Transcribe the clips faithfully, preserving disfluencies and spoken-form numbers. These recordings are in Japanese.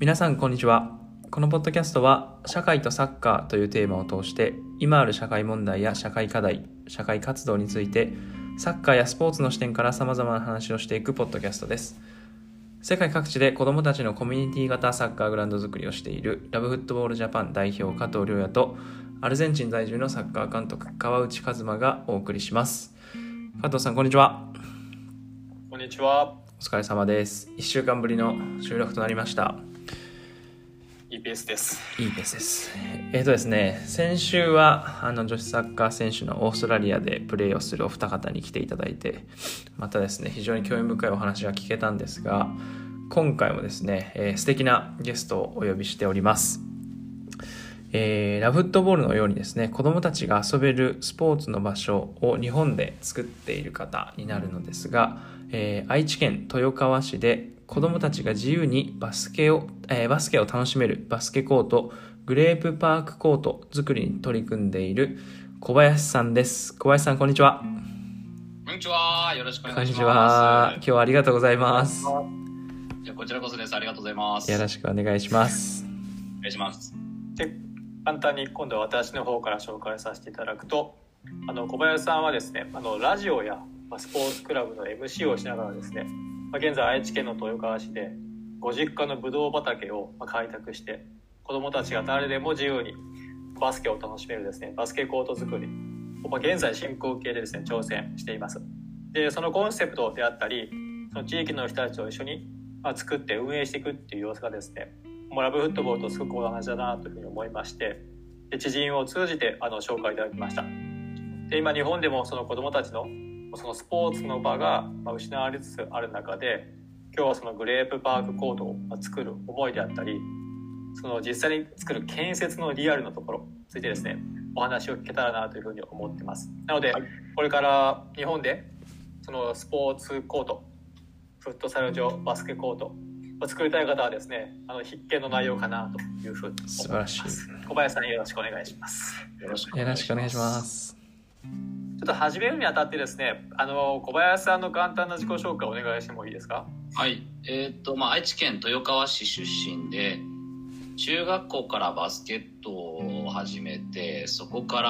皆さんこんにちは。このポッドキャストは社会とサッカーというテーマを通して今ある社会問題や社会課題、社会活動についてサッカーやスポーツの視点から様々な話をしていくポッドキャストです。世界各地で子どもたちのコミュニティ型サッカーグラウンド作りをしているラブフットボールジャパン代表加藤亮也とアルゼンチン在住のサッカー監督川内和馬がお送りします。加藤さんこんにちは。 こんにちは。 お疲れ様です。いっしゅうかんぶりの収録となりました。 いいペースです。 いいペースです。えーとですね、先週はあの女子サッカー選手のオーストラリアでプレーをするお二方に来ていただいて、またですね非常に興味深いお話が聞けたんですが、今回もですね、えー、素敵なゲストをお呼びしております。えー、ラブフットボールのようにですね子どもたちが遊べるスポーツの場所を日本で作っている方になるのですが、えー、愛知県豊川市で子どもたちが自由にバスケを、えー、バスケを楽しめるバスケコートグレープパークコート作りに取り組んでいる小林さんです。小林さんこんにちは。 こんにちは。よろしくお願いします。 こんにちは。今日はありがとうございます。 いやこちらこそです。ありがとうございます。 よろしくお願いします。 お願いします。 で簡単に今度は私の方から紹介させていただくと、あの小林さんはですねあのラジオやスポーツクラブの エムシー をしながらですね、現在愛知県の豊川市でご実家のブドウ畑を開拓して子どもたちが誰でも自由にバスケを楽しめるですねバスケコート作りを現在進行形でですね挑戦しています。でそのコンセプトであったりその地域の人たちと一緒に作って運営していくっていう様子がですねもうラブフットボールとすごく同じだなというふうに思いまして、で知人を通じてあの紹介いただきました。で今日本でもその子どもたちのそのスポーツの場が失われつつある中で、今日はそのグレープパークコートを作る思いであったり、その実際に作る建設のリアルなところについてですねお話を聞けたらなというふうに思ってます。なので、はい、これから日本でそのスポーツコート、フットサル場、バスケコートを作りたい方はですねあの必見の内容かなというふうに思います。 素晴らしい。 小林さんよろしくお願いします。 よろしくお願いします。 ちょっと始めるにあたってですね、あの小林さんの簡単な自己紹介をお願いしてもいいですか？ はい、えーっとまあ、愛知県豊川市出身で、中学校からバスケットを始めて、そこから、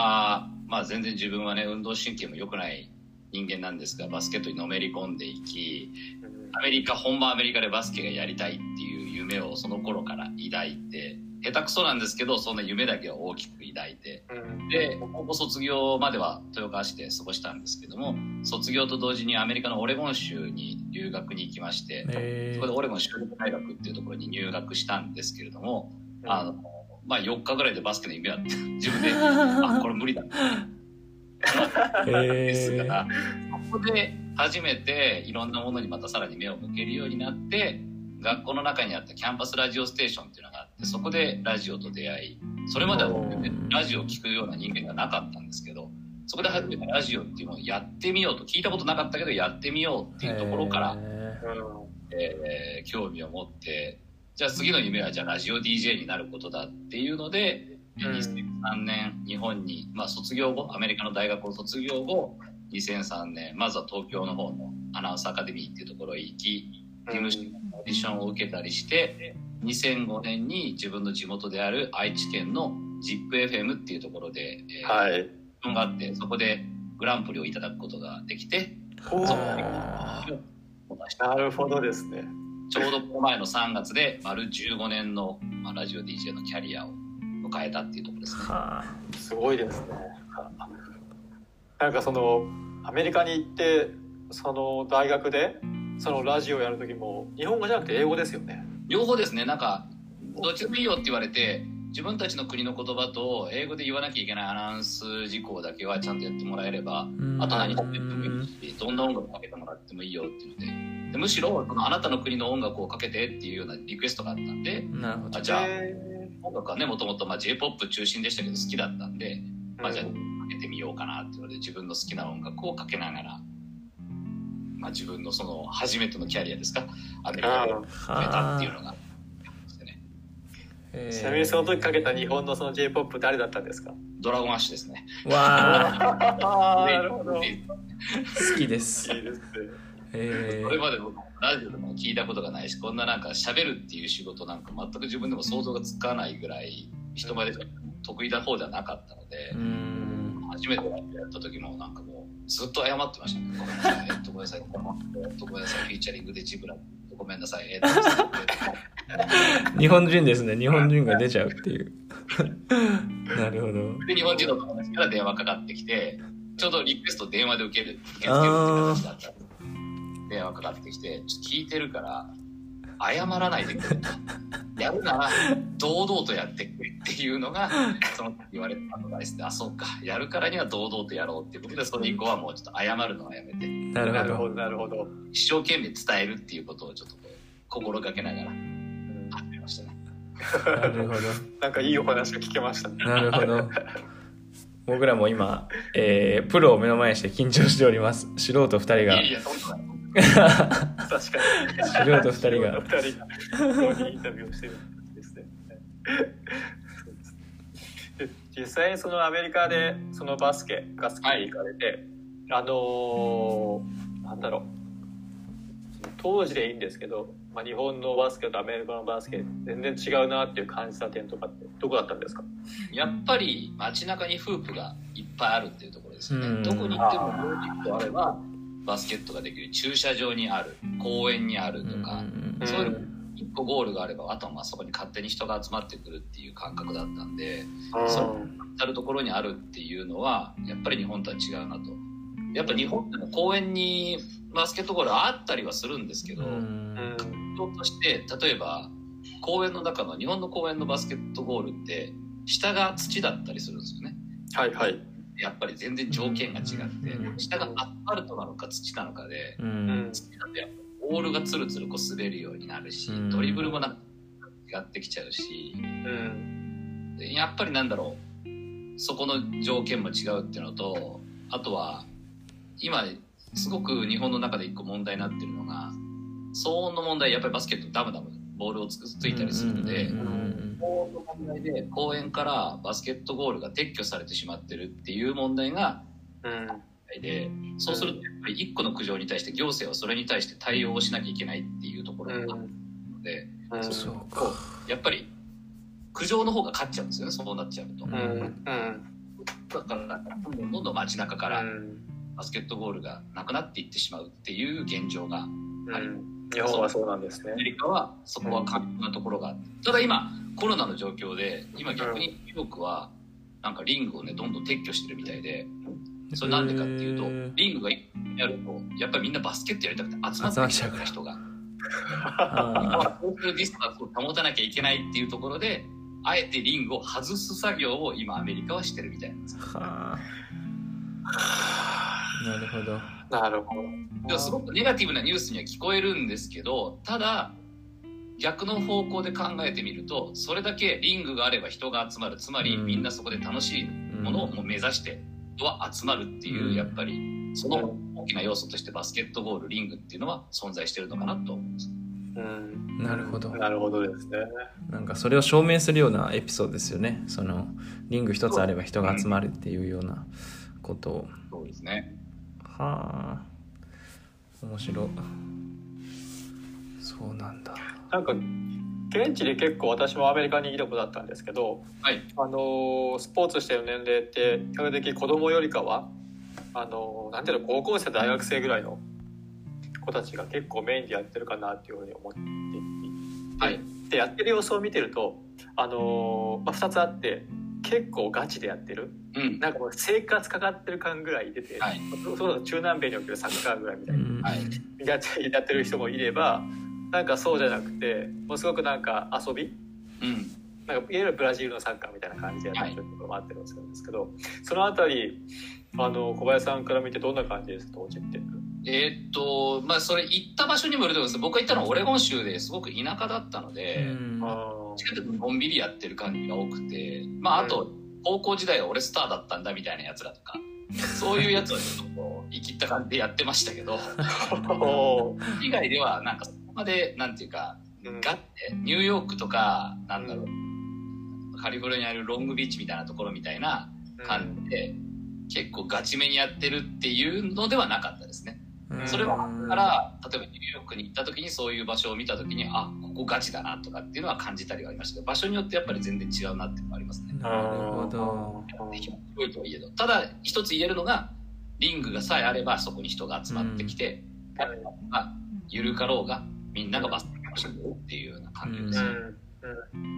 まあ、全然自分はね運動神経も良くない人間なんですが、バスケットにのめり込んでいき、アメリカ本場アメリカでバスケがやりたいっていう夢をその頃から抱いて、下手くそなんですけどそんな夢だけは大きく抱いて、で高校卒業までは豊川市で過ごしたんですけども、卒業と同時にアメリカのオレゴン州に留学に行きまして、そこでオレゴン州立大学っていうところに入学したんですけれども、あの、まあ、よっかぐらいでバスケの夢は自分であこれ無理だですが、そこで初めていろんなものにまたさらに目を向けるようになって、学校の中にあったキャンパスラジオステーションっていうのがあって、そこでラジオと出会い、それまではラジオを聞くような人間ではなかったんですけど、そこで初めてラジオっていうのをやってみようと、聞いたことなかったけどやってみようっていうところから、えー、興味を持って、じゃあ次の夢はじゃあラジオ ディージェー になることだっていうので、にせんさんねん日本に、まあ、卒業後アメリカの大学を卒業後にせんさんねんまずは東京の方のアナウンスアカデミーっていうところへ行き、事務所のオーディションを受けたりして、にせんごねんに自分の地元である愛知県の ジップエフエム っていうところで、えーはい、があって、そこでグランプリをいただくことができて、そこなるほどですね。 ちょうどこの前のさんがつで丸じゅうごねんの、まあ、ラジオ ディージェー のキャリアを迎えたっていうところですね。はあ、すごいですね。なんかそのアメリカに行ってその大学でそのラジオをやる時も日本語じゃなくて英語ですよね。 両方ですね。なんかどっちでもいいよって言われて、自分たちの国の言葉と英語で言わなきゃいけないアナウンス事項だけはちゃんとやってもらえれば、あと何やってもいいし、どんな音楽かけてもらってもいいよっていうので、でむしろあなたの国の音楽をかけてっていうようなリクエストがあったんで、 なるほど。 あじゃあ音楽はねもともと ジェイポップ 中心でしたけど好きだったんで、まあ、じゃあかけてみようかなっていうので自分の好きな音楽をかけながら、まあ、自分のその初めてのキャリアですか、アメリカで始めたっていうのが、 ちなみにその時かけた日本のその ジェイポップ 誰だったんですか？ ドラゴンアッシュですね。 わあなるほど。 好きです。 いいですね。 へそれまで僕ラジオでも聞いたことがないし、こんななんか喋るっていう仕事なんか全く自分でも想像がつかないぐらい人前で得意な方ではなかったので、 うん、 初めてやった時もなんかもうずっと謝ってましたね。ごめんなさい、えっとごめんなさい、えっとごめんなさい、フィーチャリングでジブラごめんなさい、えっと日本人ですね。日本人が出ちゃうっていうなるほど。 で日本人の友達から電話かかってきて、ちょうどリクエスト電話で受ける受け付けるって形だったんです。電話かかってきて、ちょっと聞いてるから謝らないでくれと、やるなら堂々とやってくれっていうのがその時言われたアドバイスで、あ、そうか、やるからには堂々とやろうっていうことで、それ以降はもうちょっと謝るのはやめて、 なるほどなるほど。 一生懸命伝えるっていうことをちょっとこう心がけながら始めましたね。 なるほど。 なんかいいお話が聞けましたね。 なるほど。僕らも今、えー、プロを目の前にして緊張しております。素人ふたりが。 いやいや、そんな確かに。 素人ふたりが。 ふたりがここにインタビューをしてるんですね。そうですね。で、実際にそのアメリカでそのバスケが好きに行かれて、はい、あのー、なんだろう、当時でいいんですけど、まあ、日本のバスケとアメリカのバスケ全然違うなっていう感じた点とかってどこだったんですか？ やっぱり街中にフープがいっぱいあるっていうところですよね。どこに行ってもロジックあればバスケットができる、駐車場にある、公園にあるとか、そういうの一個ゴールがあれば、あとはまあそこに勝手に人が集まってくるっていう感覚だったんで、そのあるところにあるっていうのはやっぱり日本とは違うなと。やっぱ日本でも公園にバスケットゴールあったりはするんですけど、環境として例えば公園の中の日本の公園のバスケットゴールって下が土だったりするんですよね。 はいはい。 やっぱり全然条件が違って、下がアスファルトなのか土なのかで、土だとやっぱボールがツルツルこう滑るようになるし、ドリブルもなんか違ってきちゃうし、でやっぱりなんだろう、そこの条件も違うっていうのと、あとは今すごく日本の中で一個問題になってるのが騒音の問題。やっぱりバスケットダムダムボールをつついたりするので、騒音の問題で公園からバスケットゴールが撤去されてしまってるっていう問題が問題で、そうするとやっぱり一個の苦情に対して行政はそれに対して対応をしなきゃいけないっていうところがあるので、そうやっぱり苦情の方が勝っちゃうんですよね、そうなっちゃうと。だからどんどんどん街中からバスケットゴールがなくなっていってしまうっていう現状があります。 日本はそうなんですね。 アメリカはそこは過酷なところがあって、ただ今コロナの状況で今逆にニューヨークはなんかリングをねどんどん撤去してるみたいで、それなんでかっていうと、リングがやるとやっぱりみんなバスケットやりたくて集まってきちゃうから人がソーシャルディスタンスを保たなきゃいけないっていうところで、あえてリングを外す作業を今アメリカはしてるみたいなんです。はなるほど。 なるほど。 すごくネガティブなニュースには聞こえるんですけど、ただ逆の方向で考えてみると、それだけリングがあれば人が集まる、つまりみんなそこで楽しいものを目指して人は集まるっていう、うん、やっぱりその大きな要素としてバスケットボール、リングっていうのは存在してるのかなと思います。 うん、なるほど。 なるほどですね。 なんかそれを証明するようなエピソードですよね。そのリング一つあれば人が集まるっていうようなことを。 そうですね。 はあ、面白い。そうなんだ。 なんか現地で結構私もアメリカにいたことだったんですけど、 はい、 あのスポーツしてる年齢って比較的子供よりかはあのなんていうの、高校生大学生ぐらいの子たちが結構メインでやってるかなっていうふうに思っていて、はい、でやってる様子を見てるとあの、まあ、ふたつあって、結構ガチでやってる、うん、なんかもう生活かかってる感ぐらい出て、はい、そう中南米におけるサッカーぐらいみたいな、うんはい、やってる人もいれば、なんかそうじゃなくてもうすごくなんか遊び、うん、なんかいわゆるブラジルのサッカーみたいな感じでやってるところもあったりするんですけど、はい、そのあたりあの小林さんから見てどんな感じですか、当時って。 えーっとまあそれ行った場所にもよると思うんです。僕が行ったのはオレゴン州ですごく田舎だったので、近くのんびりやってる感じが多くて、まああと、うん、高校時代は俺スターだったんだみたいなやつらとか、そういうやつはちょっとこう生きった感じでやってましたけど以外ではなんかそこまでなんていうか、うん、ガッてニューヨークとかなんだろう、うん、カリフォルニアにあるロングビーチみたいなところみたいな感じで、うん、結構ガチめにやってるっていうのではなかったですね。 それはから例えばニューヨークに行った時にそういう場所を見た時にあここガチだなとかっていうのは感じたりはありましたけど、場所によってやっぱり全然違うなっていうのがありますね。 なるほど。 広いとはいえど、ただ一つ言えるのがリングがさえあればそこに人が集まってきて、誰が緩かろうがみんながバスケ楽しんでるっていうような感じですね。 うんうん、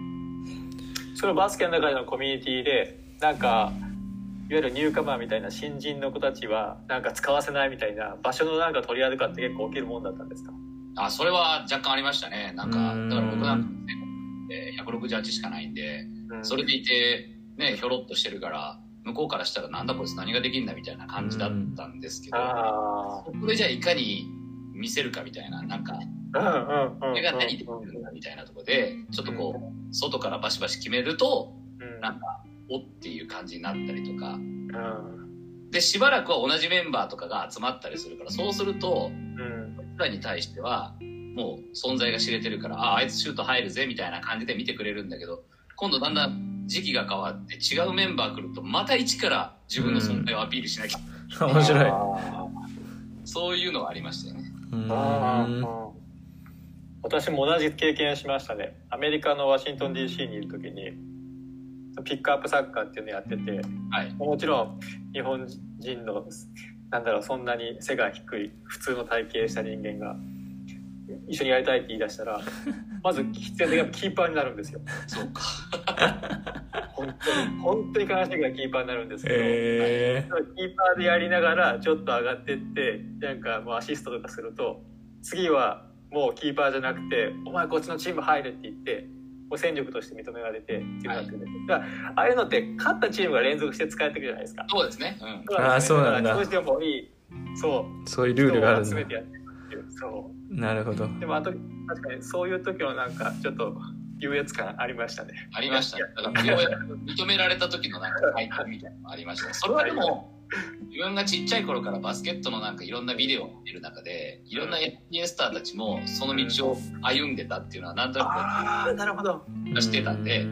そのバスケの中でのコミュニティでなんかいわゆるニューカマーみたいな新人の子たちはなんか使わせないみたいな場所のなんか取り合いとかって結構起きるもんだったんですか？ あ、それは若干ありましたね。なんかだから僕なんかひゃくろくじゅうはちしかないんで、うん、それでいてねひょろっとしてるから向こうからしたらなんだこいつ何ができんだみたいな感じだったんですけど、それじゃあいかに見せるかみたいな、なんかこれが何できるんだみたいなところでちょっとこう外からバシバシ決めるとなんかおっていう感じになったりとかで、しばらくは同じメンバーとかが集まったりするから、そうすると僕らに対してはもう存在が知れてるから、ああいつシュート入るぜみたいな感じで見てくれるんだけど、今度だんだん時期が変わって違うメンバー来るとまた一から自分の存在をアピールしなきゃ、 うん、面白い。 そういうのはありましたよね。 うんあ私も同じ経験しましたね。アメリカのワシントン ディーシー にいる時にピックアップサッカーっていうのをやってて、はい、もちろん日本人のなんだろうそんなに背が低い普通の体型した人間が一緒にやりたいって言い出したらまず必然的にキーパーになるんですよ。 そうか本当に本当に悲しいぐらいキーパーになるんですけど、 えー、 キーパーでやりながらちょっと上がってってなんかもうアシストとかすると次はもうキーパーじゃなくてお前こっちのチーム入れって言ってもう戦力として認められてっていうなってるんです、はい、だからああいうのって勝ったチームが連続して使えてくるじゃないですか。 そうですね、うん、 ああそうなんだ。 どうしてもいいそうそういうルールがあるんだ。 集めてやってるっていう。そうなるほど。 でもあと確かにそういう時のなんかちょっと優越感ありましたね。 ありました。だから認められた時のなんか快感みたいなのもありました。それはでも自分がちっちゃい頃からバスケットのなんかいろんなビデオを見る中でいろんな エヌビーエー スターたちもその道を歩んでたっていうのはなんとなくああなるほど知ってたんで、うん、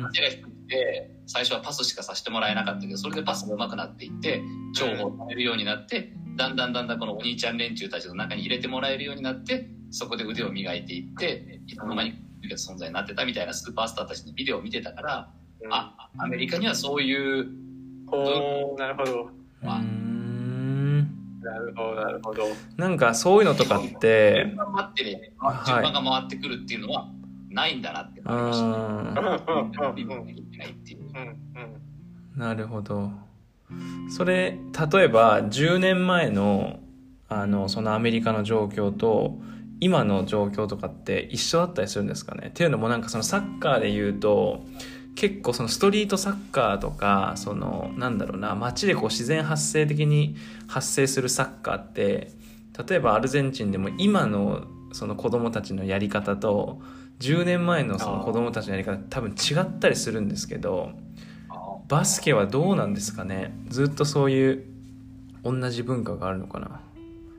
背が低くて最初はパスしかさせてもらえなかったけどそれでパスが上手くなっていって重宝されるようになってだんだんだんだんこのお兄ちゃん連中たちの中に入れてもらえるようになってそこで腕を磨いていっていつの間にか存在になってたみたいなスーパースターたちのビデオを見てたから、うん、あアメリカにはそういうおなるほど、 まあ、うんなるほどなるほど。 なんかそういうのとかって順番待ってね、順番が回ってくるっていうのはないんだなって思いましたね。 なるほど。それ例えばじゅうねんまえのあのそのアメリカの状況と今の状況とかって一緒だったりするんですかね。っていうのもなんかそのサッカーで言うと結構そのストリートサッカーとかそのなんだろうな街でこう自然発生的に発生するサッカーって例えばアルゼンチンでも今のその子供たちのやり方とじゅうねんまえのその子供たちのやり方多分違ったりするんですけどバスケはどうなんですかね。ずっとそういう同じ文化があるのかな。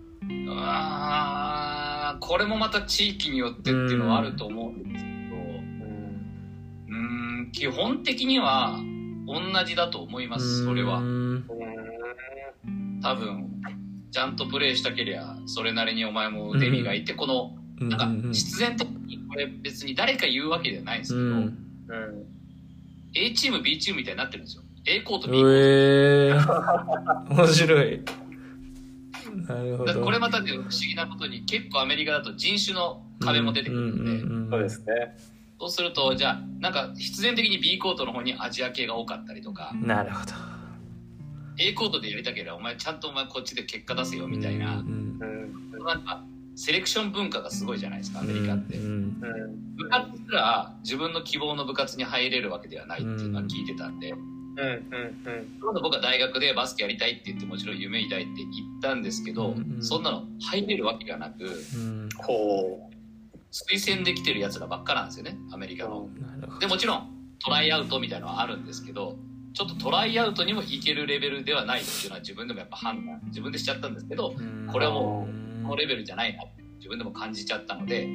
あこれもまた地域によってっていうのはあると思うんですけど、うんうん基本的には同じだと思います。それは多分ちゃんとプレーしたけりゃそれなりにお前も腕磨いてこのなんか必然的にこれ別に誰か言うわけではないんですけど、うん、A チーム B チームみたいになってるんですよ。 A コート B コート、 えー、面白い。なるほど。 これまたね不思議なことに結構アメリカだと人種の壁も出てくるんで、 うんうんうん、そうですね。 そうするとじゃあなんか必然的に B コートの方にアジア系が多かったりとか、 なるほど。 A コートでやりたければお前ちゃんとお前こっちで結果出せよみたいな、うんうん、なんかセレクション文化がすごいじゃないですかアメリカって、うんうん、部活すら自分の希望の部活に入れるわけではないっていうのは聞いてたんで、うんうんうん、今度僕は大学でバスケやりたいって言ってもちろん夢抱いて言ったんですけど、うんうん、そんなの入れるわけがなく、うん、こう推薦できてるやつらばっかなんですよねアメリカの。でもちろんトライアウトみたいなのはあるんですけどちょっとトライアウトにもいけるレベルではないっていうのは自分でもやっぱ判断自分でしちゃったんですけど、うん、これはもうこのレベルじゃないなって自分でも感じちゃったので、うん、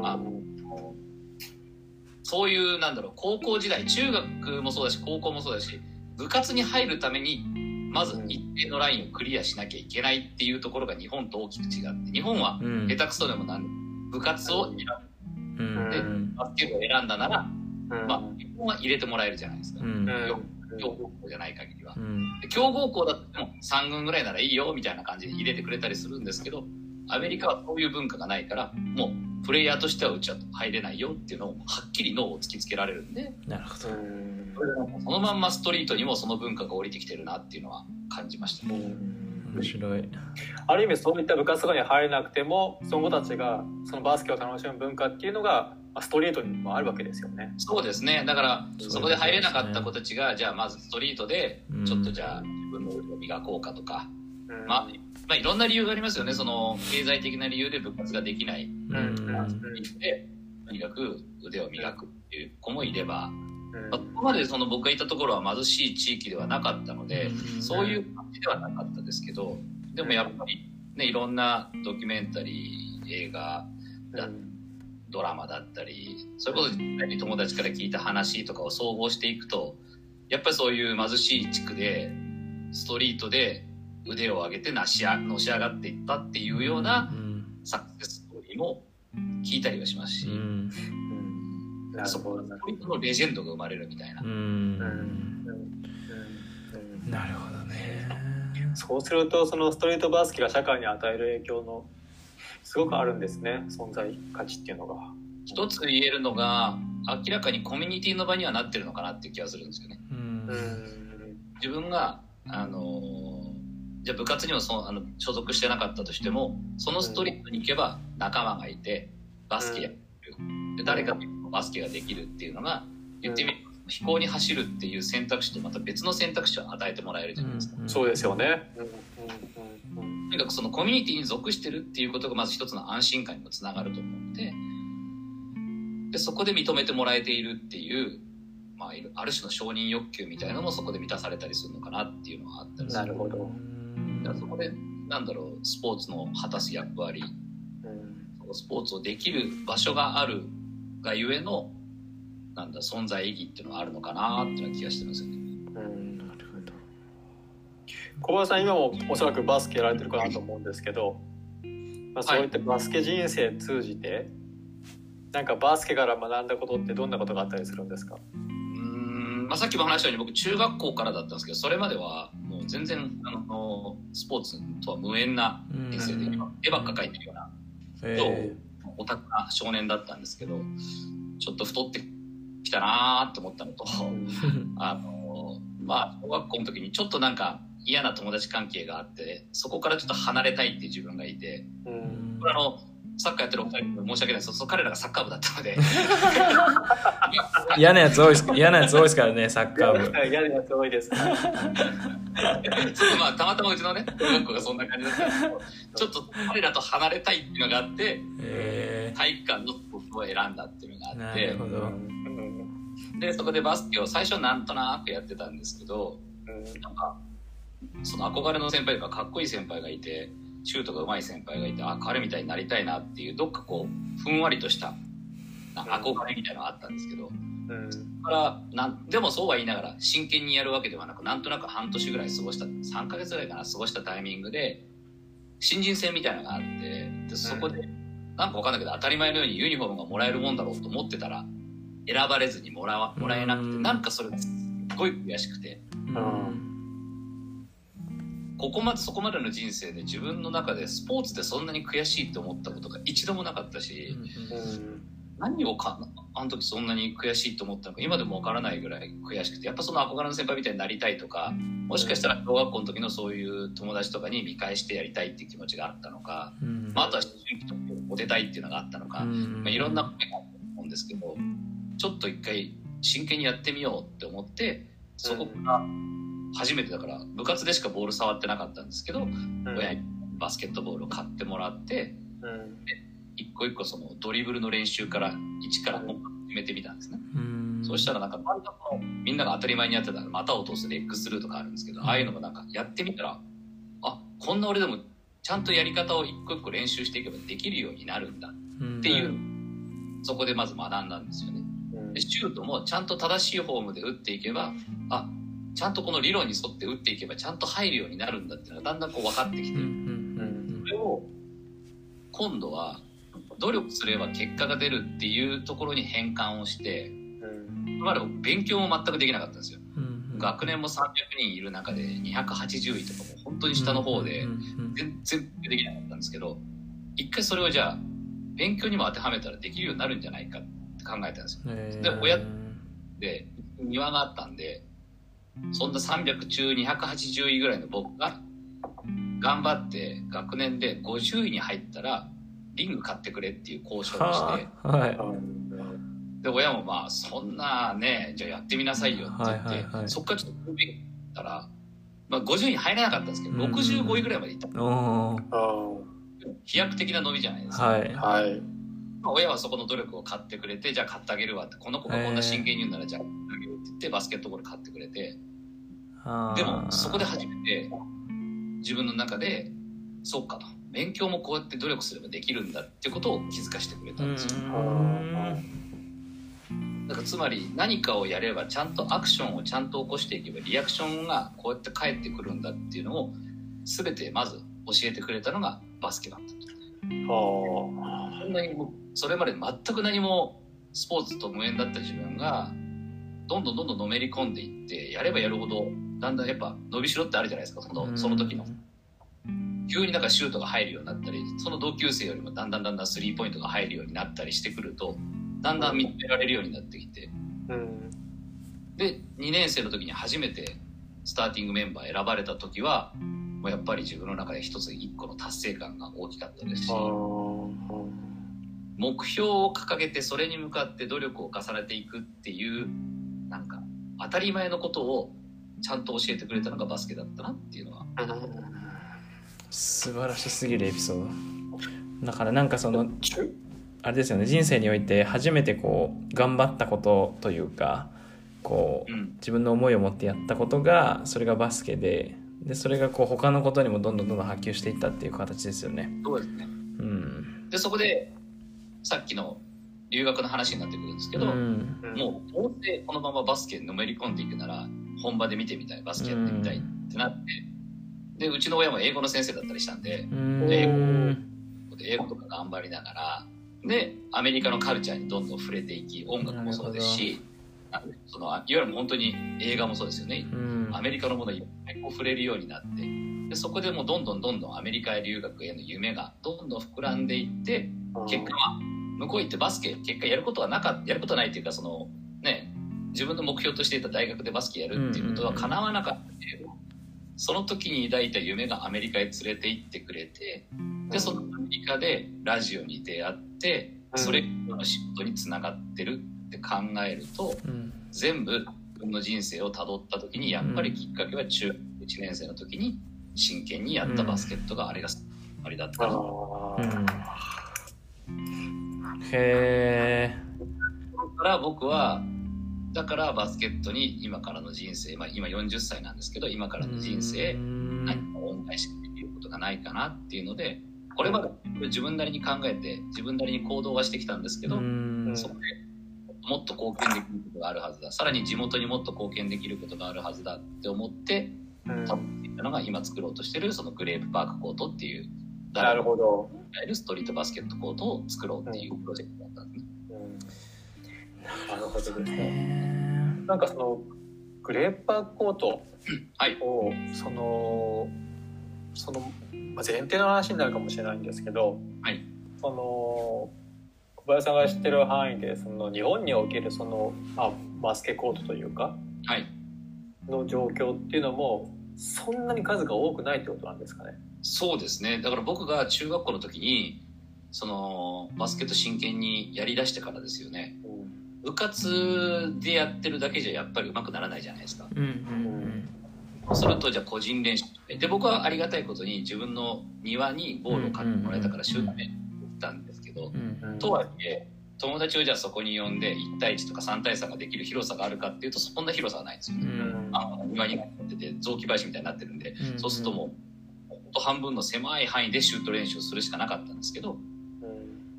あのそういうなんだろう高校時代中学もそうだし高校もそうだし部活に入るためにまず一定のラインをクリアしなきゃいけないっていうところが日本と大きく違って、日本は下手くそでもなん部活を選ぶ、うん、でバスケ部を選んだなら、うんまあ、日本は入れてもらえるじゃないですか、うん、強豪校じゃない限りは、うん、で強豪校だってもさん軍ぐらいならいいよみたいな感じで入れてくれたりするんですけど、アメリカはそういう文化がないから、もうプレイヤーとしてはうちは入れないよっていうのをはっきり脳を突きつけられるんで、 なるほど、 そのまんまストリートにもその文化が降りてきてるなっていうのは感じましたね。 面白い。 ある意味そういった部活とかに入れなくても、その子たちがそのバスケを楽しむ文化っていうのがストリートにもあるわけですよね。 そうですね。だからそこで入れなかった子たちが、じゃあまずストリートでちょっとじゃあ自分の腕を磨こうかとか、うんまあ、まあいろんな理由がありますよね。その経済的な理由で部活ができない、うん、ストリートでとにかく腕を磨くっていう子もいれば、うんまあ、ここまでその僕がいたところは貧しい地域ではなかったので、うん、そういう感じではなかったですけど、でもやっぱりね、いろんなドキュメンタリー、映画だ、うん、ドラマだったり、それこそ友達から聞いた話とかを総合していくと、やっぱりそういう貧しい地区でストリートで腕を上げてなしあのし上がっていったっていうようなサクセスストーリーも聞いたりはしますし、うんうん、そこのレジェンドが生まれるみたいな、うんうんうん、なるほどね。 そうするとそのストリートバスケが社会に与える影響のすごくあるんですね、存在価値っていうのが。 一つ言えるのが、明らかにコミュニティの場にはなってるのかなっていう気がするんですよね。うん自分があのじゃあ部活にもそあの所属してなかったとしても、そのストリートに行けば仲間がいてバスケやる、で誰かとバスケができるっていうのが、言ってみると飛行に走るっていう選択肢とまた別の選択肢を与えてもらえるじゃないですか。 うん、そうですよね。うんとにかくそのコミュニティに属してるっていうことがまず一つの安心感にもつながると思うので、でそこで認めてもらえているっていう、まあ、ある種の承認欲求みたいなのもそこで満たされたりするのかなっていうのがあったりする。 なるほど。 だからそこでなんだろう、スポーツの果たす役割、うん、スポーツをできる場所があるがゆえのなんだ存在意義っていうのがあるのかなっていうような気がしてますよね。うんなるほど。 小林さん今もおそらくバスケやられてるかなと思うんですけど、まあ、そういったバスケ人生通じて、はい、なんかバスケから学んだことってどんなことがあったりするんですか？ うーん、まあ、さっきも話したように僕中学校からだったんですけど、それまではもう全然あのスポーツとは無縁な人生で、絵ばっか描いてるような超オタクな少年だったんですけど、ちょっと太ってきたなーって思ったのとあのまあ小学校の時にちょっとなんか嫌な友達関係があって、そこからちょっと離れたいっていう自分がいて、うんこれあのサッカーやってるお二人申し訳ないです。そう彼らがサッカー部だったので嫌なやつ多いです嫌なやつ多いですからね、サッカー部嫌なやつ多いですちょっとまあたまたまうちのね小学校がそんな感じだったんですけど、ちょっと彼らと離れたいっていうのがあって、えー、体育館のスポーツを選んだっていうのがあって、なるほど。でそこでバスケを最初なんとなくやってたんですけど、なんかその憧れの先輩とかかっこいい先輩がいて、シュートが上手い先輩がいて、あ彼みたいになりたいなっていうどっかこうふんわりとした憧れみたいなのがあったんですけど、うん、そこからなんでもそうは言いながら真剣にやるわけではなく、なんとなく半年ぐらい過ごしたさんかげつぐらいかな過ごしたタイミングで新人戦みたいなのがあって、でそこでなんか分かんないけど当たり前のようにユニフォームがもらえるもんだろうと思ってたら選ばれずにもらわもらえなくて、なんかそれがすっごい悔しくて、うん、ここまでそこまでの人生で自分の中でスポーツでそんなに悔しいと思ったことが一度もなかったし、うん、何をかあの時そんなに悔しいと思ったのか今でも分からないぐらい悔しくて、やっぱその憧れの先輩みたいになりたいとか、もしかしたら小学校の時のそういう友達とかに見返してやりたいっていう気持ちがあったのか、うん、まあ、あとは思春期とモテたいっていうのがあったのか、うん、まあ、いろんな声があったと思うんですけど、ちょっと一回真剣にやってみようって思って、そこから初めてだから部活でしかボール触ってなかったんですけど、うん、親にバスケットボールを買ってもらって、うん、で一個一個そのドリブルの練習から一から始めてみたんですね、うん、そうしたらなんかみんなが当たり前にやってた股を通すレッグスルーとかあるんですけど、ああいうのもなんかやってみたら、あこんな俺でもちゃんとやり方を一個一個練習していけばできるようになるんだっていう、うん、そこでまず学んだんですよね。でシュートもちゃんと正しいフォームで打っていけば、あちゃんとこの理論に沿って打っていけばちゃんと入るようになるんだっていうのがだんだんこう分かってきて、 うんうんそれを今度は努力すれば結果が出るっていうところに変換をして、まだ勉強も全くできなかったんですよ。 うんうん、 学年もさんびゃくにんいる中でにひゃくはちじゅういとかも本当に下の方で全然できなかったんですけど、一回それをじゃあ勉強にも当てはめたらできるようになるんじゃないかって考えたんですよ。で親で庭があったんで、そんなさんびゃく中にひゃくはちじゅういぐらいの僕が頑張って学年でごじゅういに入ったらリング買ってくれっていう交渉をして、 はい、 で親もまあそんなねじゃあやってみなさいよって言って、はいはいはい、そっからちょっと勉強したら、まあ、ごじゅういに入れなかったんですけどろくじゅうごいぐらいまでいった。飛躍的な伸びじゃないですか、 はいはい、 まあ、親はそこの努力を買ってくれて、じゃあ買ってあげるわって、この子がこんな真剣に言うならじゃあ買ってあげるって言ってバスケットボール買ってくれて、でもそこで初めて自分の中でそうかと、勉強もこうやって努力すればできるんだってことを気づかせてくれたんですよ。だからつまり何かをやればちゃんとアクションをちゃんと起こしていけばリアクションがこうやって返ってくるんだっていうのを全てまず教えてくれたのがバスケだった。そんなにもそれまで全く何もスポーツと無縁だった自分がどんどんどんどんのめり込んでいって、やればやるほどだんだんやっぱ伸びしろってあるじゃないですか。その、その時の急になんかシュートが入るようになったり、その同級生よりもだんだんだんだんスリーポイントが入るようになったりしてくると、だんだん認められるようになってきて、うん、でにねん生の時に初めてスターティングメンバー選ばれた時はもうやっぱり自分の中で一つ一個の達成感が大きかったですし、目標を掲げてそれに向かって努力を重ねていくっていうなんか当たり前のことをちゃんと教えてくれたのがバスケだったなっていうのは、 素晴らしすぎるエピソードだから、なんかそのあれですよね、人生において初めてこう頑張ったことというか、こう、うん、自分の思いを持ってやったことがそれがバスケで、でそれがこう他のことにもどんどんどんどん波及していったっていう形ですよね。 そうですね、うん、でそこでさっきの留学の話になってくるんですけど、うん、もうどうせこのままバスケにのめり込んでいくなら本場で見てみたい、バスケやってみたいってなって、うん、でうちの親も英語の先生だったりしたんで、うん、で英語で英語とか頑張りながらでアメリカのカルチャーにどんどん触れていき、音楽もそうですし、そのいわゆる本当に映画もそうですよね、うん、アメリカのものに触れるようになって、でそこでもうどんどんどんどんアメリカへ留学への夢がどんどん膨らんでいって、結果は向こう行ってバスケ結果やることはなかやることないっていうか、そのね自分の目標としていた大学でバスケやるっていうことは叶わなかったけれど、その時に抱いた夢がアメリカへ連れて行ってくれて、でそのアメリカでラジオに出会って、それの仕事につながってるって考えると、うん、全部自分の人生をたどった時にやっぱりきっかけは中学いちねん生の時に真剣にやったバスケットがあれがあれだったな、うん、 へー。だから僕はだからバスケットに今からの人生、まあ、今よんじゅっさいなんですけど、今からの人生何か恩返しできることがないかなっていうので、これまで自分なりに考えて自分なりに行動はしてきたんですけど、そこでもっと貢献できることがあるはずだ、さらに地元にもっと貢献できることがあるはずだって思ってたっていったのが今作ろうとしてるそのグレープパークコートっていう、 なるほど、 いわゆるストリートバスケットコートを作ろうっていうプロジェクトだったんですね、うんうん、 なるほどですね。なんかそのグレープパークコートを、はい、そのその前提の話になるかもしれないんですけど、はい、その小林さんが知ってる範囲でその日本におけるその、まあ、バスケコートというか、はい、の状況っていうのもそんなに数が多くないってことなんですかね。 そうですね。だから僕が中学校の時にそのバスケット真剣にやりだしてからですよね、うん、部活でやってるだけじゃやっぱり上手くならないじゃないですか、うんうんうん、それとじゃあ個人練習で、僕はありがたいことに自分の庭にボールを買ってもらえたからシュートで打ったんですけど、うんうん、とはいえ友達をじゃあそこに呼んでいち対いちとかさん対さんができる広さがあるかっていうとそんな広さはないんですよね、うん、あの庭になってて雑木林みたいになってるんで、うんうん、そうするともう半分の狭い範囲でシュート練習をするしかなかったんですけど、うん、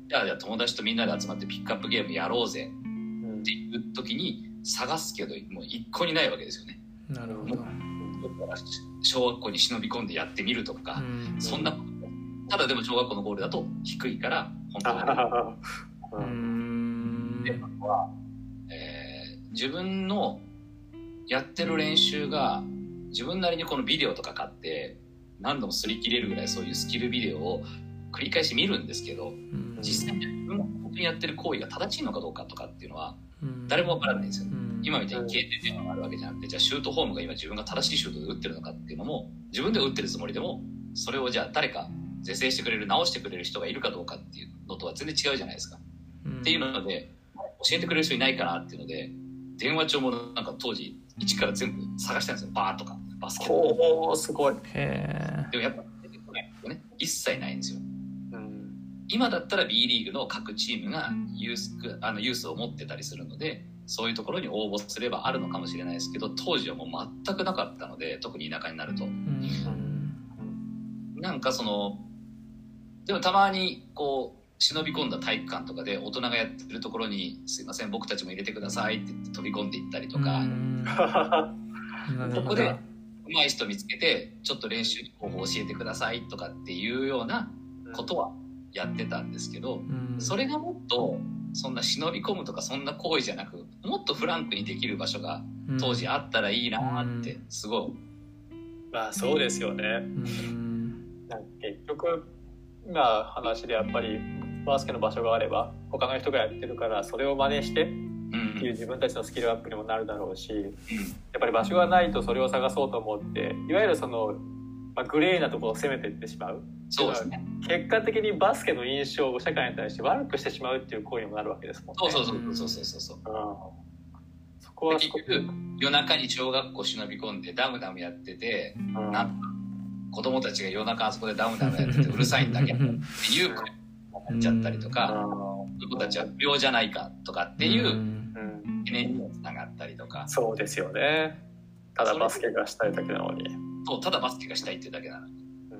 じゃあじゃあ友達とみんなで集まってピックアップゲームやろうぜっていう時に探すけどもう一個にないわけですよね。 なるほど。 小学校に忍び込んでやってみるとか、うん、そんなただでも小学校のゴールだと低いから本当は、うん、では、えー、自分のやってる練習が自分なりにこのビデオとか買って何度も擦り切れるぐらいそういうスキルビデオを繰り返し見るんですけど、うん、実際に自分が本当にやってる行為が正しいのかどうかとかっていうのは誰も分からないんですよ、うん、今みたいに携帯電話があるわけじゃなくて、じゃあシュートフォームが今自分が正しいシュートで打ってるのかっていうのも自分で打ってるつもりでもそれをじゃあ誰か是正してくれる直してくれる人がいるかどうかっていうのとは全然違うじゃないですか、うん、っていうので教えてくれる人いないかなっていうので電話帳もなんか当時一から全部探したんですよ。バーとかバスケット。 おーすごい。 へー。 でもやっぱ出てこないよね。一切ないんですよ。うん、今だったら B リーグの各チームがユースあのユースを持ってたりするのでそういうところに応募すればあるのかもしれないですけど当時はもう全くなかったので特に田舎になると、うん、なんかそのでもたまにこう忍び込んだ体育館とかで大人がやってるところにすいません僕たちも入れてくださいって言って飛び込んでいったりとか、そこで上手い人見つけてちょっと練習方法教えてくださいとかっていうようなことはやってたんですけど、それがもっとそんな忍び込むとかそんな行為じゃなくもっとフランクにできる場所が当時あったらいいなってすごい、 まあそうですよね。なんか結局今話でやっぱりバスケの場所があれば他の人がやってるからそれを真似してっていう自分たちのスキルアップにもなるだろうし、やっぱり場所がないとそれを探そうと思っていわゆるその、まあ、グレーなところを攻めていってしまう。 そうですね。 結果的にバスケの印象を社会に対して悪くしてしまうっていう行為にもなるわけですもんね。 そうそうそうそうそうそう、うん、 そこは結局夜中に小学校忍び込んでダムダムやってて、うん、なんか子供たちが夜中あそこでダムダムやっててうるさいんだけどっていう声になっちゃったりとか、子供たちは不良じゃないかとかっていう懸念にもつながったりとか。 そうですよね。ただバスケがしたいだけなのに。 そう、ただバスケがしたいっていうだけなのに。 うん、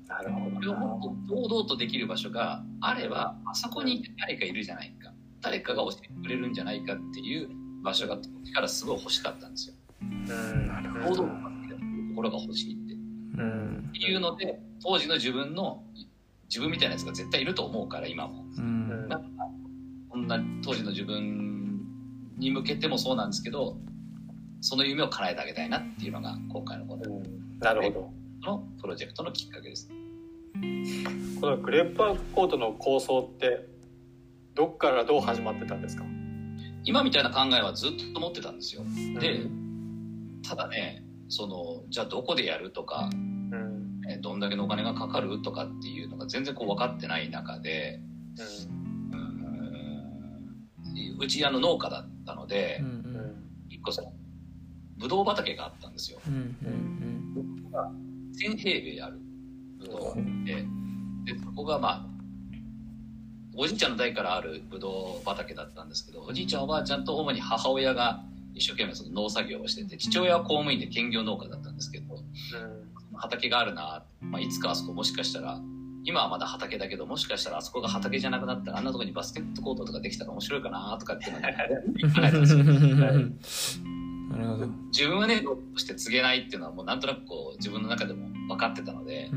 なるほど。 それをもっと堂々とできる場所があれば、あそこに誰かいるじゃないか、誰かが教えてくれるんじゃないかっていう場所が当時からすごい欲しかったんですよ。うん、なるほど。堂々とバスケできるところが欲しいって。うん、っていうので、当時の自分の自分みたいなやつが絶対いると思うから今も。うん、なんかこんな当時の自分に向けてもそうなんですけど、その夢を叶えてあげたいなっていうのが今回のこの、うん、なるほどのプロジェクトのきっかけです。 このグレープパークコートの構想ってどっからどう始まってたんですか？ 今みたいな考えはずっと持ってたんですよ。で、うん、ただね、そのじゃあどこでやるとか、うん、どんだけのお金がかかるとかっていうのが全然こう分かってない中で、うん、う, うちあの農家だったので、うんうん、一個そのブドウ畑があったんですよ。うんうんうん、せん平米あるブドウで、でそこがまあおじいちゃんの代からあるブドウ畑だったんですけど、おじいちゃんおばあちゃんと主に母親が一生懸命その農作業をしてて、父親は公務員で兼業農家だったんですけど、うん、畑があるな、まあ、いつかあそこもしかしたら今はまだ畑だけどもしかしたらあそこが畑じゃなくなったらあんなとこにバスケットコートとかできたら面白いかなとかっていうのが考えたんですよ。 なるほど。 自分はねどうして告げないっていうのはもうなんとなくこう自分の中でも分かってたので、うん、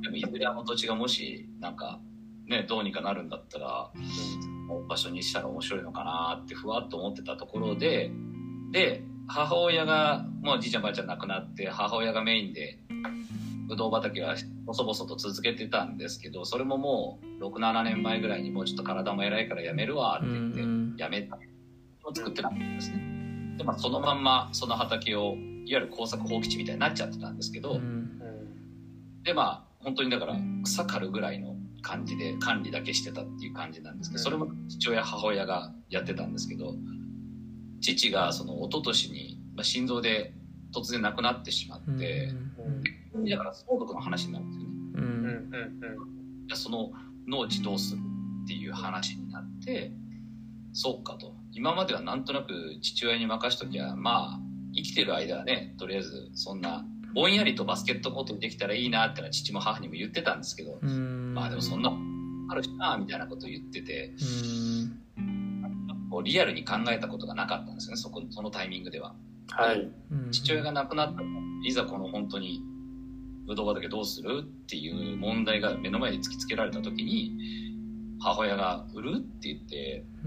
でもいずれあの土地がもしなんかねどうにかなるんだったら、うん、場所にしたら面白いのかなってふわっと思ってたところで、で母親がもうじいちゃんばあちゃん亡くなって母親がメインでぶどう畑は細々と続けてたんですけど、それももうろくななねんまえぐらいにもうちょっと体も偉いからやめるわって言ってやめたを作ってたんですね。で、まあ、そのまんまその畑をいわゆる耕作放棄地みたいになっちゃってたんですけど、でまあ本当にだから草刈るぐらいの感じで管理だけしてたっていう感じなんですけど、それも父親母親がやってたんですけど、父がその一昨年に心臓で突然亡くなってしまって、うん、だから相続の話になるんですよね。うん、じゃあその農地どうするっていう話になって、そうかと、今まではなんとなく父親に任しときゃまあ生きてる間はねとりあえずそんなぼんやりとバスケットコートにできたらいいなってのは父も母にも言ってたんですけど、まあでもそんなあるしなみたいなことを言ってて、こうリアルに考えたことがなかったんですよね、そこそのタイミングでは。 はい。 父親が亡くなったらいざこの本当にぶどう畑どうするっていう問題が目の前に突きつけられた時に母親が売るって言って、うん、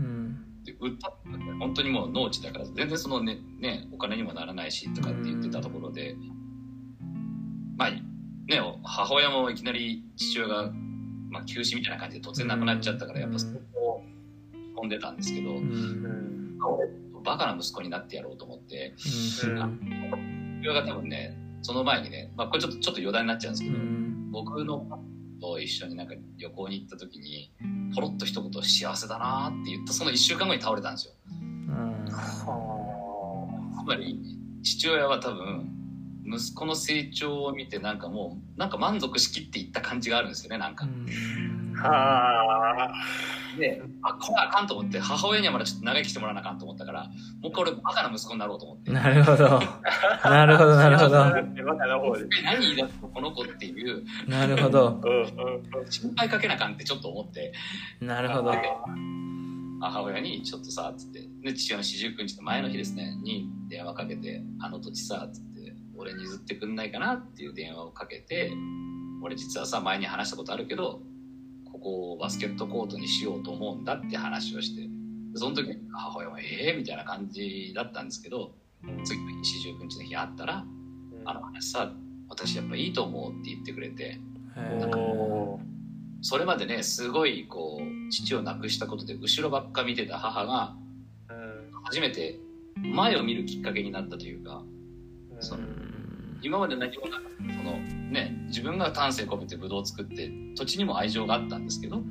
で売ったって本当にもう農地だから全然そのね、ねお金にもならないしとかって言ってたところで、まあね母親もいきなり父親が、まあ、急死みたいな感じで突然亡くなっちゃったからやっぱそこを飛んでたんですけど、うん、俺バカな息子になってやろうと思って、うん、父親が多分ねその前にね、まあ、これちょっとちょっと余談になっちゃうんですけど、うん、僕のと一緒になんか旅行に行った時にポロッと一言幸せだなって言ったそのいっしゅうかんごに倒れたんですよ、うん、つまり父親は多分息子の成長を見てなんかもうなんか満足しきっていった感じがあるんですよねなんか、うん、はであこれあかんと思って母親にはまだちょっと長生きしてもらわなあかんと思ったからもうこれバカな息子になろうと思ってなるほどなるほどなるほど何言い出すのこの子っていうなるほど心配かけなあかんってちょっと思ってなるほど母親にちょっとさつってで父親の四十九日の前の日ですねに電話かけてあの土地さつって俺に譲ってくんないかなっていう電話をかけて俺実はさ前に話したことあるけどここをバスケットコートにしようと思うんだって話をしてその時に母親はええー、みたいな感じだったんですけど次の日四十九日の日会ったらあの話さ私やっぱいいと思うって言ってくれてなんかそれまでねすごいこう父を亡くしたことで後ろばっか見てた母が初めて前を見るきっかけになったというかその今まで何もなくその、ね、自分が丹精込めてブドウを作って土地にも愛情があったんですけど、うん、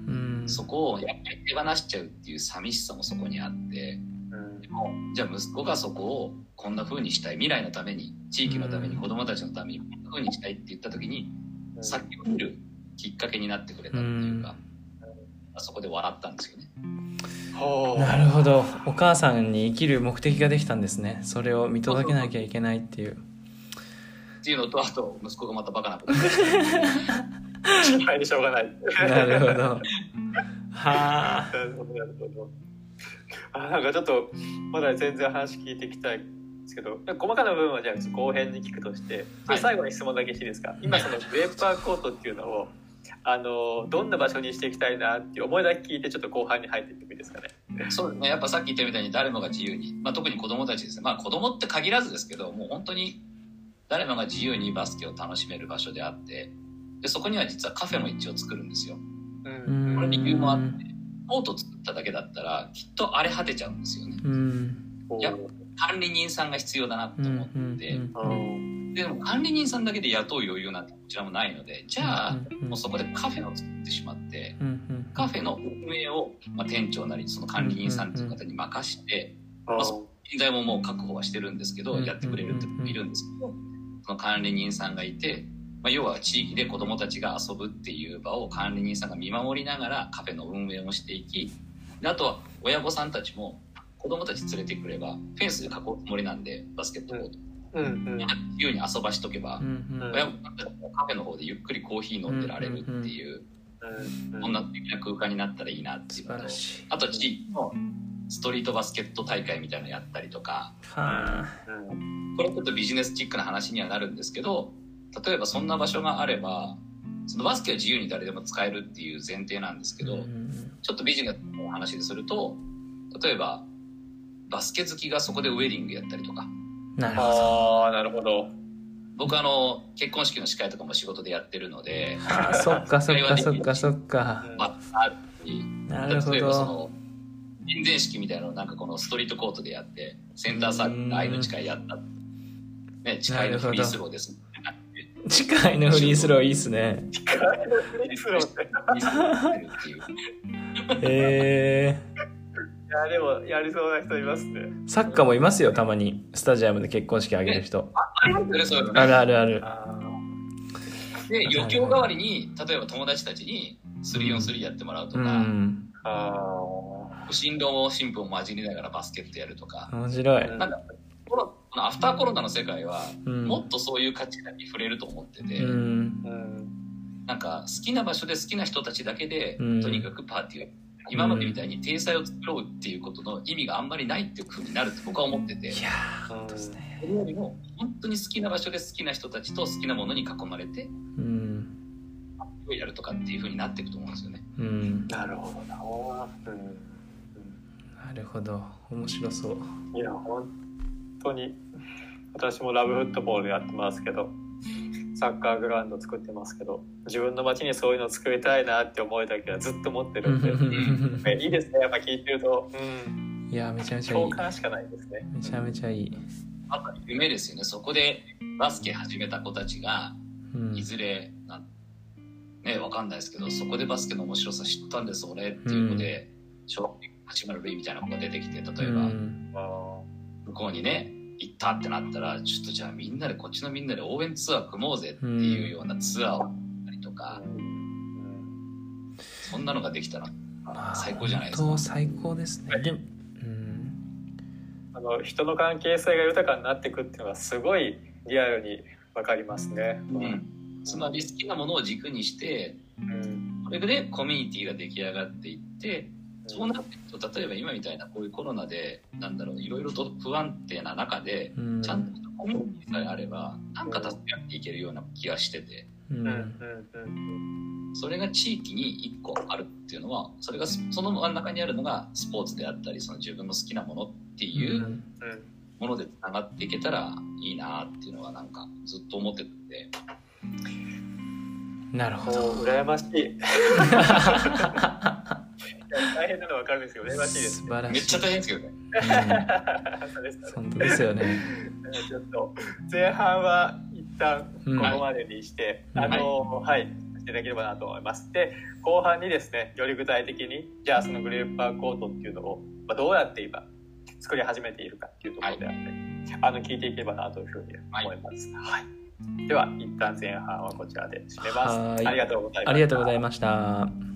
そこをやっぱり手放しちゃうっていう寂しさもそこにあって、うん、でもじゃあ息子がそこをこんな風にしたい未来のために地域のために子供たちのためにこんな風にしたいって言った時に、うん、先を見るきっかけになってくれたっていうか、うん、そこで笑ったんですよね。 なるほどお母さんに生きる目的ができたんですねそれを見届けなきゃいけないっていうっていうのとあと息子がまたバカなこと心配でしょうがないなるほどはあなるほどなるほどあなんかちょっとまだ全然話聞いていきたいんですけど細かな部分はじゃあ後編に聞くとして、はい、最後に質問だけしていいですか、はい、今そのウェーパーコートっていうのをあのどんな場所にしていきたいなっていう思いだけ聞いてちょっと後半に入っていってもいいですかね。 そうですねやっぱさっき言ったみたいに誰もが自由に、まあ、特に子どもたちですねまあ子どもって限らずですけどもう本当に誰もが自由にバスケを楽しめる場所であってでそこには実はカフェも一応作るんですよ、うん、これ理由もあってコート作っただけだったらきっと荒れ果てちゃうんですよね、うん、やっぱ管理人さんが必要だなと思って、うんうん、でも管理人さんだけで雇う余裕なんてこちらもないのでじゃあ、うん、もうそこでカフェを作ってしまって、うん、カフェの運営を、まあ、店長なりその管理人さんという方に任して、うんまあ、人材ももう確保はしてるんですけど、うん、やってくれるっているんですけどその管理人さんがいて、まあ、要は地域で子どもたちが遊ぶっていう場を管理人さんが見守りながらカフェの運営をしていきであとは親御さんたちも子どもたち連れてくればフェンスで囲うつもりなんでバスケットボール、うんうん、自由に遊ばしとけば、うんうん、親御さんたちもカフェの方でゆっくりコーヒー飲んでられるっていう、うんうん、こんな素敵な空間になったらいいなっていうのとあと地域のストリートバスケット大会みたいなのやったりとか、はあ、これちょっとビジネスチックな話にはなるんですけど例えばそんな場所があればそのバスケは自由に誰でも使えるっていう前提なんですけど、うん、ちょっとビジネスの話ですると例えばバスケ好きがそこでウェディングやったりとかなるほどあなるほど僕あの結婚式の司会とかも仕事でやってるのであそっかそっかそっかそっか、 まあ、あるしなるほど例えばその人前式みたいなのをなんかこのストリートコートでやってセンターサークルで愛の誓いやった、ね、誓いのフリースローです、ね、 誓いのフリースローいいっすね誓いのフリースローってへえいやでもやりそうな人いますねサッカーもいますよたまにスタジアムで結婚式あげる人、 ね、あ, ありますよねそういうのねあるあるあるあで余興代わりに例えば友達たちに スリーオンスリー やってもらうとか、うん、あ新郎も新婦も混じりながらバスケットやるとか面白いなんかコロアフターコロナの世界はもっとそういう価値観に触れると思ってて、うん、なんか好きな場所で好きな人たちだけで、うん、とにかくパーティーをやっ今までみたいに体裁を作ろうっていうことの意味があんまりないっていう風になるって僕は思ってて、 いやー本当ですね。 それよりも本当に好きな場所で好きな人たちと好きなものに囲まれてうんやるとかっていう風になっていくと思うんですよね。 うん、 なるほどな、うん、 なるほど、面白そう。 いや本当に私もラブフットボールやってますけど、サッカーグラウンド作ってますけど、自分の街にそういうの作りたいなって思いだけはずっと持ってるんでいいですね、やっぱ聞いてると、うん、 いやめちゃめちゃいい、 共感しかないですね。 めちゃめちゃいい。 あと夢ですよね。そこでバスケ始めた子たちがいずれなんね、わかんないですけど、そこでバスケの面白さ知ったんです俺っていう子で、小学八村塁みたいな子が出てきて、例えば、うん、向こうにね行ったってなったら、ちょっとじゃあみんなでこっちのみんなで応援ツアー組もうぜっていうようなツアーをやったりとか、うん、そんなのができたら最高じゃないですか。 最高ですね。でも、うん、 あの人の関係性が豊かになっていくっていうのがすごいリアルに分かりますね。 うん、つまり好きなものを軸にして、うん、これでコミュニティが出来上がっていって、そうなっていくと、例えば今みたいなこういうコロナでなんだろう、いろいろと不安定な中で、うん、ちゃんとコミュニティさえあればなんか助け合っていけるような気がしてて、うんうん、それが地域にいっこあるっていうのは、それがその真ん中にあるのがスポーツであったり、その自分の好きなものっていうものでつながっていけたらいいなっていうのはなんかずっと思ってたんで。 なるほど、 羨ましい大変なのは分かるんですけど羨ましいです、ね、 素晴らしい。 めっちゃ大変ですけどね、 うん、本当ですよね。 ちょっと前半は一旦ここまでにして、うん、あのはい、はい、していただければなと思います。で後半にですね、より具体的にじゃあそのグレープパーコートっていうのを、まあ、どうやって今作り始めているかっていうところであって、はい、あの聞いていければなというふうに思います。はい、はい、では一旦前半はこちらで締めます。ありがとうございました。 ありがとうございました。